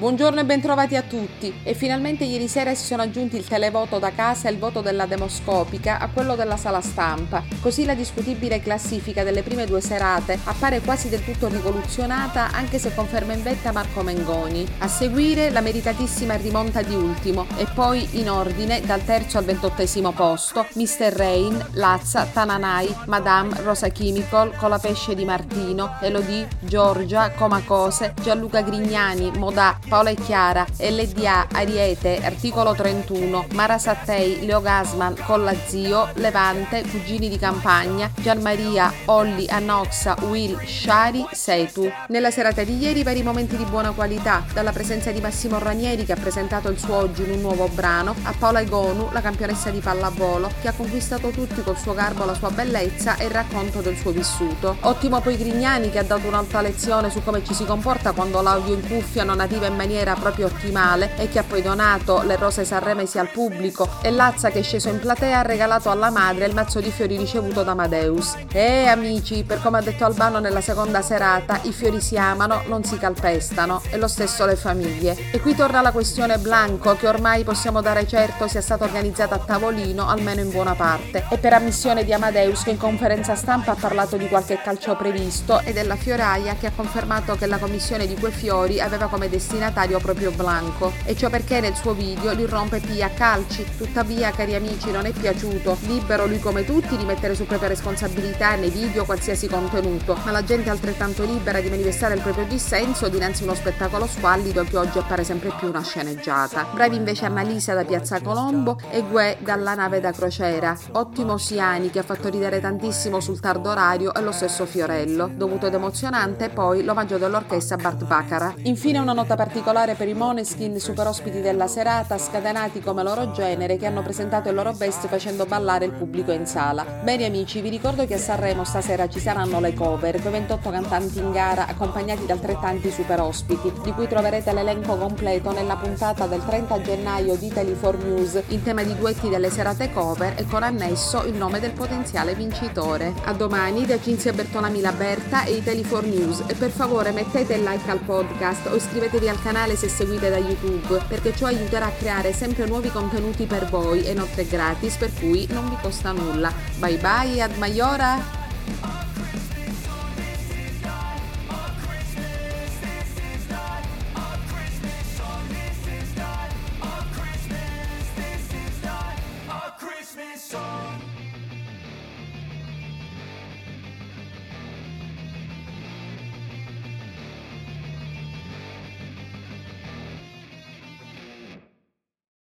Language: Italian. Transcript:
Buongiorno e bentrovati a tutti. E finalmente ieri sera si sono aggiunti il televoto da casa e il voto della demoscopica a quello della sala stampa. Così la discutibile classifica delle prime due serate appare quasi del tutto rivoluzionata, anche se conferma in vetta Marco Mengoni. A seguire la meritatissima rimonta di Ultimo e poi in ordine dal terzo al 28° posto Mr. Rain, Lazza, Tananai, Madame, Rosa Chemical, Colapesce di Martino, Elodie, Giorgia, Comacose, Gianluca Grignani, Modà, Paola e Chiara, LDA, Ariete, Articolo 31, Mara Sattei, Leo Gasman, Colla Zio, Levante, Cugini di Campagna, Gianmaria, Olli, Annoxa, Will, Shari, Setu. Nella serata di ieri vari momenti di buona qualità, dalla presenza di Massimo Ranieri che ha presentato il suo oggi in un nuovo brano, a Paola Egonu, la campionessa di pallavolo, che ha conquistato tutti col suo garbo, la sua bellezza e il racconto del suo vissuto. Ottimo poi Grignani che ha dato un'alta lezione su come ci si comporta quando l'audio in cuffia non arriva in maniera proprio ottimale e che ha poi donato le rose sanremesi al pubblico, e Lazza che sceso in platea ha regalato alla madre il mazzo di fiori ricevuto da Amadeus. Amici, per come ha detto Albano nella seconda serata, i fiori si amano, non si calpestano, e lo stesso le famiglie. E qui torna la questione Blanco, che ormai possiamo dare certo sia stata organizzata a tavolino, almeno in buona parte, e per ammissione di Amadeus che in conferenza stampa ha parlato di qualche calcio previsto e della fioraia che ha confermato che la commissione di quei fiori aveva come destinatario proprio Blanco, e ciò perché nel suo video l'irrompe pia calci. Tuttavia, cari amici, non è piaciuto, libero lui come tutti di mettere su propria responsabilità nei video qualsiasi contenuto, ma la gente è altrettanto libera di manifestare il proprio dissenso dinanzi a uno spettacolo squallido che oggi appare sempre più una sceneggiata. Bravi invece Annalisa da Piazza Colombo e Gue dalla nave da crociera. Ottimo Siani che ha fatto ridere tantissimo sul tardo orario, e lo stesso Fiorello. Dovuto ed emozionante poi l'omaggio dell'orchestra Bart Baccarat. Infine una nota particolare per i Måneskin, super ospiti della serata, scatenati come loro genere, che hanno presentato il loro best facendo ballare il pubblico in sala. Bene amici, vi ricordo che a Sanremo stasera ci saranno le cover, con 28 cantanti in gara accompagnati da altrettanti super ospiti, di cui troverete l'elenco completo nella puntata del 30 gennaio di Italy4 News in tema di duetti delle serate cover e con annesso il nome del potenziale vincitore. A domani da Cinzia Bertolami Laberta e Italy4 News, e per favore mettete il like al podcast o iscrivetevi al canale se seguite da YouTube, perché ciò aiuterà a creare sempre nuovi contenuti per voi e inoltre gratis, per cui non vi costa nulla. Bye bye, ad Maiora!